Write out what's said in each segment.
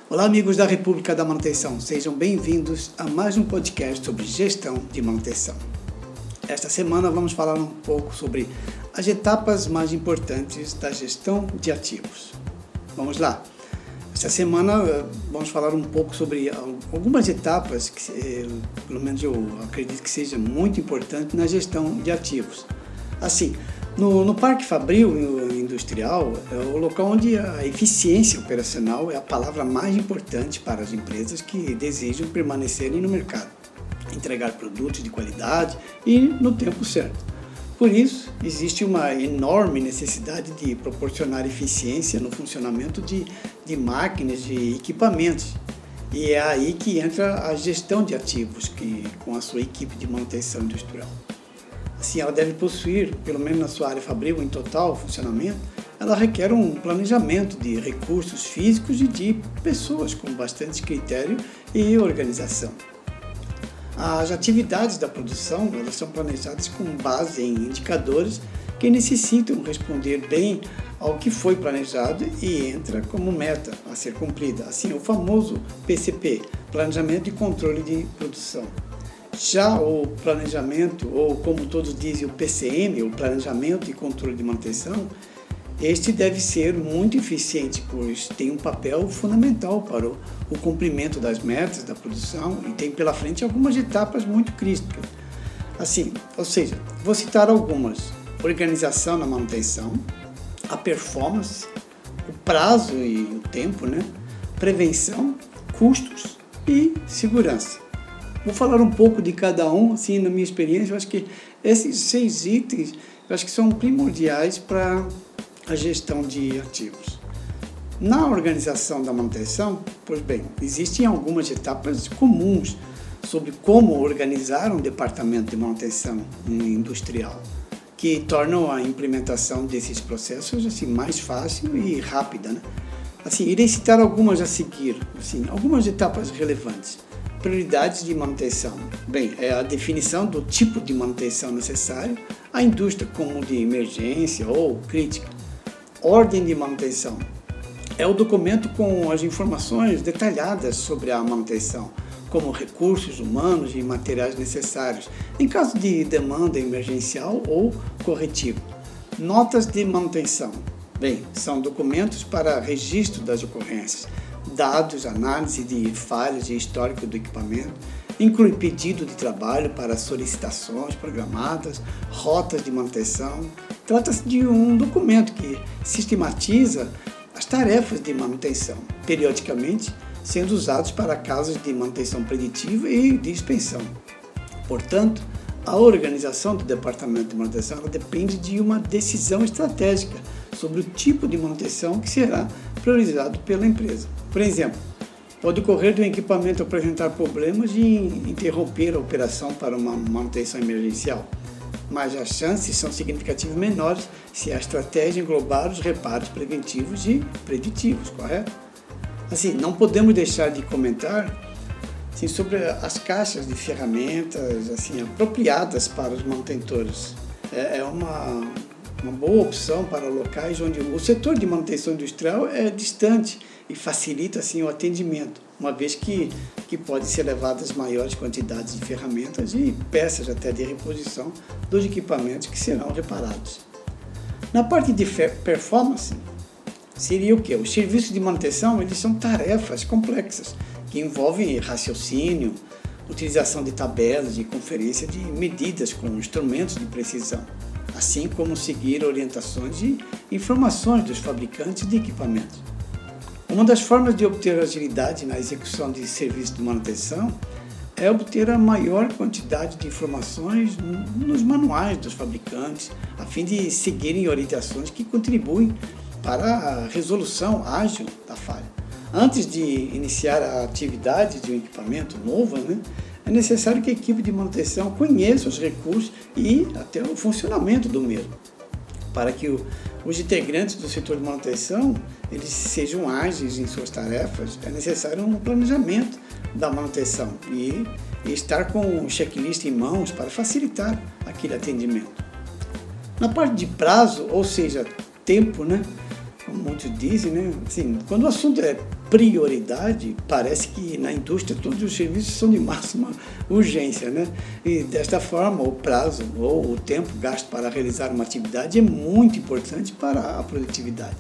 Olá, amigos da República da Manutenção, sejam bem-vindos a mais um podcast sobre gestão de manutenção. Esta semana vamos falar um pouco sobre as etapas mais importantes da gestão de ativos. Vamos lá. Esta semana vamos falar um pouco sobre algumas etapas que, pelo menos eu acredito que seja muito importante na gestão de ativos. Assim, no Parque Fabril Industrial é o local onde a eficiência operacional é a palavra mais importante para as empresas que desejam permanecerem no mercado, entregar produtos de qualidade e no tempo certo. Por isso, existe uma enorme necessidade de proporcionar eficiência no funcionamento de máquinas, de equipamentos. E é aí que entra a gestão de ativos, com a sua equipe de manutenção industrial. Assim, ela deve possuir, pelo menos na sua área fabril, em total funcionamento, ela requer um planejamento de recursos físicos e de pessoas com bastante critério e organização. As atividades da produção, elas são planejadas com base em indicadores que necessitam responder bem ao que foi planejado e entra como meta a ser cumprida. Assim, o famoso PCP, Planejamento e Controle de Produção. Já o planejamento, ou como todos dizem, o PCM, o Planejamento e Controle de Manutenção, este deve ser muito eficiente, pois tem um papel fundamental para o cumprimento das metas da produção e tem pela frente algumas etapas muito críticas. Assim, ou seja, vou citar algumas: organização na manutenção, a performance, o prazo e o tempo, prevenção, custos e segurança. Vou falar um pouco de cada um, assim, na minha experiência. Eu acho que esses 6 itens, eu acho que são primordiais para a gestão de ativos. Na organização da manutenção, pois bem, existem algumas etapas comuns sobre como organizar um departamento de manutenção industrial, que tornam a implementação desses processos assim, mais fácil e rápida. Assim, irei citar algumas a seguir, assim, algumas etapas relevantes. Prioridades de manutenção. Bem, é a definição do tipo de manutenção necessário à indústria como de emergência ou crítica. Ordem de manutenção. É o documento com as informações detalhadas sobre a manutenção, como recursos humanos e materiais necessários, em caso de demanda emergencial ou corretivo. Notas de manutenção. Bem, são documentos para registro das ocorrências, dados, análise de falhas e histórico do equipamento, inclui pedido de trabalho para solicitações programadas, rotas de manutenção. Trata-se de um documento que sistematiza as tarefas de manutenção, periodicamente sendo usados para casos de manutenção preditiva e de expensão. Portanto, a organização do departamento de manutenção ela depende de uma decisão estratégica sobre o tipo de manutenção que será priorizado pela empresa. Por exemplo, pode ocorrer de um equipamento apresentar problemas e interromper a operação para uma manutenção emergencial, mas as chances são significativamente menores se a estratégia englobar os reparos preventivos e preditivos, correto? Assim, não podemos deixar de comentar assim, sobre as caixas de ferramentas assim, apropriadas para os manutentores. É uma boa opção para locais onde o setor de manutenção industrial é distante e facilita assim, o atendimento, uma vez que pode ser levadas maiores quantidades de ferramentas e peças até de reposição dos equipamentos que serão reparados. Na parte de performance, seria o quê? Os serviços de manutenção eles são tarefas complexas que envolvem raciocínio, utilização de tabelas e conferência de medidas com instrumentos de precisão, assim como seguir orientações e informações dos fabricantes de equipamentos. Uma das formas de obter agilidade na execução de serviços de manutenção é obter a maior quantidade de informações nos manuais dos fabricantes, a fim de seguirem orientações que contribuem para a resolução ágil da falha. Antes de iniciar a atividade de um equipamento novo, é necessário que a equipe de manutenção conheça os recursos e até o funcionamento do mesmo. Para que os integrantes do setor de manutenção eles sejam ágeis em suas tarefas, é necessário um planejamento da manutenção e estar com o checklist em mãos para facilitar aquele atendimento. Na parte de prazo, ou seja, tempo, como muitos dizem, assim, quando o assunto é prioridade, parece que na indústria todos os serviços são de máxima urgência, né? E desta forma o prazo ou o tempo gasto para realizar uma atividade é muito importante para a produtividade.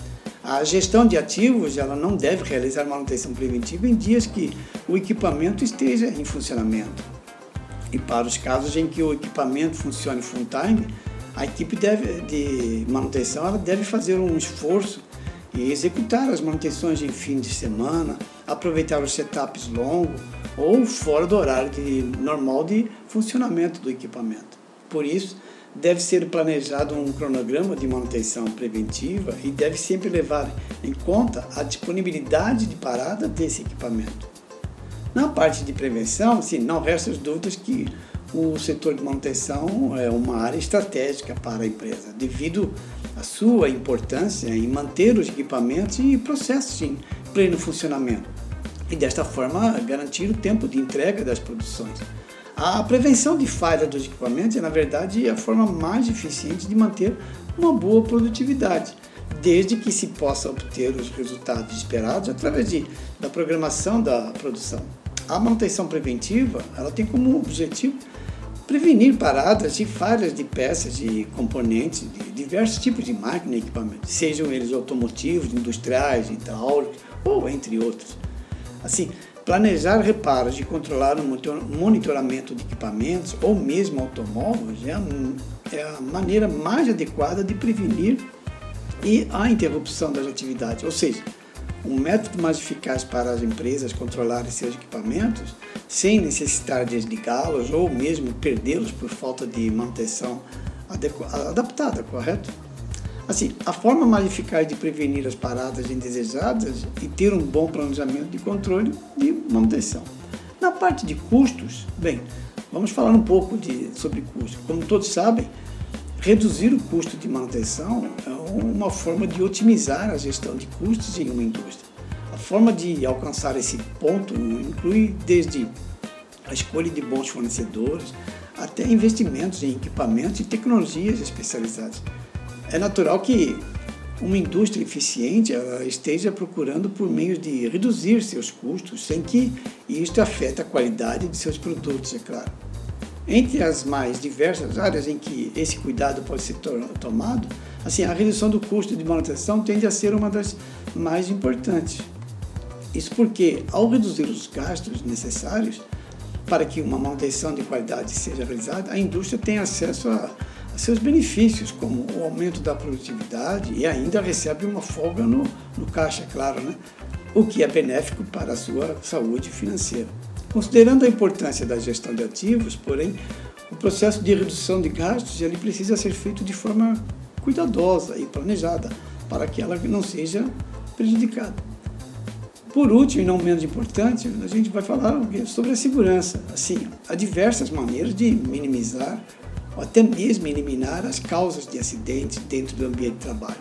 A gestão de ativos ela não deve realizar manutenção preventiva em dias que o equipamento esteja em funcionamento. E para os casos em que o equipamento funcione full time, a equipe de manutenção ela deve fazer um esforço e executar as manutenções em fim de semana, aproveitar os setups longos ou fora do horário normal de funcionamento do equipamento. Por isso, deve ser planejado um cronograma de manutenção preventiva e deve sempre levar em conta a disponibilidade de parada desse equipamento. Na parte de prevenção, não resta dúvidas que o setor de manutenção é uma área estratégica para a empresa, devido à sua importância em manter os equipamentos e processos em pleno funcionamento e, desta forma, garantir o tempo de entrega das produções. A prevenção de falha dos equipamentos é, na verdade, a forma mais eficiente de manter uma boa produtividade, desde que se possa obter os resultados esperados através da programação da produção. A manutenção preventiva ela tem como objetivo prevenir paradas e falhas de peças e componentes de diversos tipos de máquina e equipamentos, sejam eles automotivos, industriais, hidráulicos ou entre outros. Assim, planejar reparos e controlar o monitoramento de equipamentos ou mesmo automóveis é a maneira mais adequada de prevenir a interrupção das atividades, ou seja, um método mais eficaz para as empresas controlarem seus equipamentos sem necessitar desligá-los ou mesmo perdê-los por falta de manutenção adaptada, correto? Assim, a forma mais eficaz de prevenir as paradas indesejadas e ter um bom planejamento de controle de manutenção. Na parte de custos, vamos falar um pouco sobre custos. Como todos sabem, reduzir o custo de manutenção é uma forma de otimizar a gestão de custos em uma indústria. A forma de alcançar esse ponto inclui desde a escolha de bons fornecedores até investimentos em equipamentos e tecnologias especializadas. É natural que uma indústria eficiente ela esteja procurando por meios de reduzir seus custos sem que isto afete a qualidade de seus produtos, é claro. Entre as mais diversas áreas em que esse cuidado pode ser tomado, a redução do custo de manutenção tende a ser uma das mais importantes. Isso porque, ao reduzir os gastos necessários para que uma manutenção de qualidade seja realizada, a indústria tem acesso a seus benefícios, como o aumento da produtividade e ainda recebe uma folga no caixa, claro, né? O que é benéfico para a sua saúde financeira. Considerando a importância da gestão de ativos, porém, o processo de redução de gastos ele precisa ser feito de forma cuidadosa e planejada, para que ela não seja prejudicada. Por último, e não menos importante, a gente vai falar sobre a segurança. Há diversas maneiras de minimizar ou até mesmo eliminar as causas de acidentes dentro do ambiente de trabalho.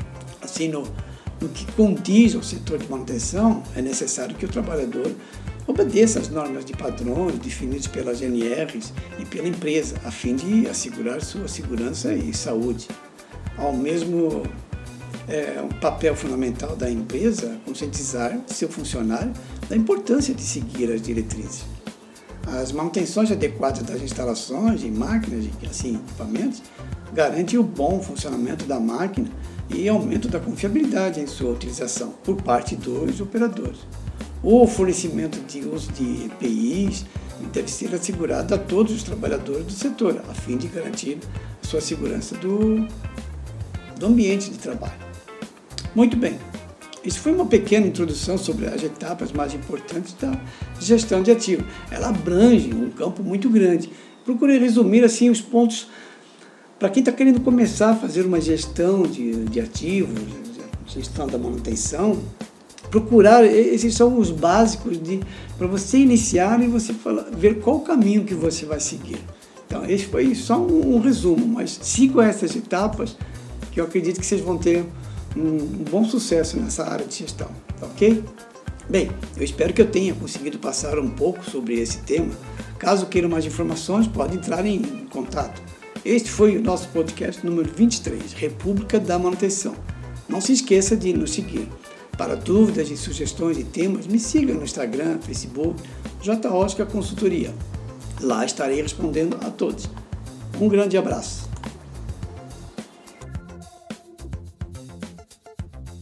No que condiz ao setor de manutenção, é necessário que o trabalhador obedeça às normas de padrões definidos pelas GNRs e pela empresa, a fim de assegurar sua segurança e saúde. Ao mesmo um papel fundamental da empresa conscientizar seu funcionário da importância de seguir as diretrizes. As manutenções adequadas das instalações e máquinas e equipamentos garantem o bom funcionamento da máquina e aumento da confiabilidade em sua utilização por parte dos operadores. O fornecimento de uso de EPIs deve ser assegurado a todos os trabalhadores do setor, a fim de garantir a sua segurança do ambiente de trabalho. Muito bem, isso foi uma pequena introdução sobre as etapas mais importantes da gestão de ativos. Ela abrange um campo muito grande. Procurei resumir os pontos para quem está querendo começar a fazer uma gestão de ativos, gestão da manutenção. Procurar, esses são os básicos para você iniciar e você ver qual o caminho que você vai seguir. Então, esse foi só um resumo, mas sigam essas etapas que eu acredito que vocês vão ter um bom sucesso nessa área de gestão, ok? Bem, eu espero que eu tenha conseguido passar um pouco sobre esse tema. Caso queiram mais informações, pode entrar em contato. Este foi o nosso podcast número 23, República da Manutenção. Não se esqueça de nos seguir. Para dúvidas e sugestões de temas, me siga no Instagram, Facebook, J. Oscar Consultoria. Lá estarei respondendo a todos. Um grande abraço.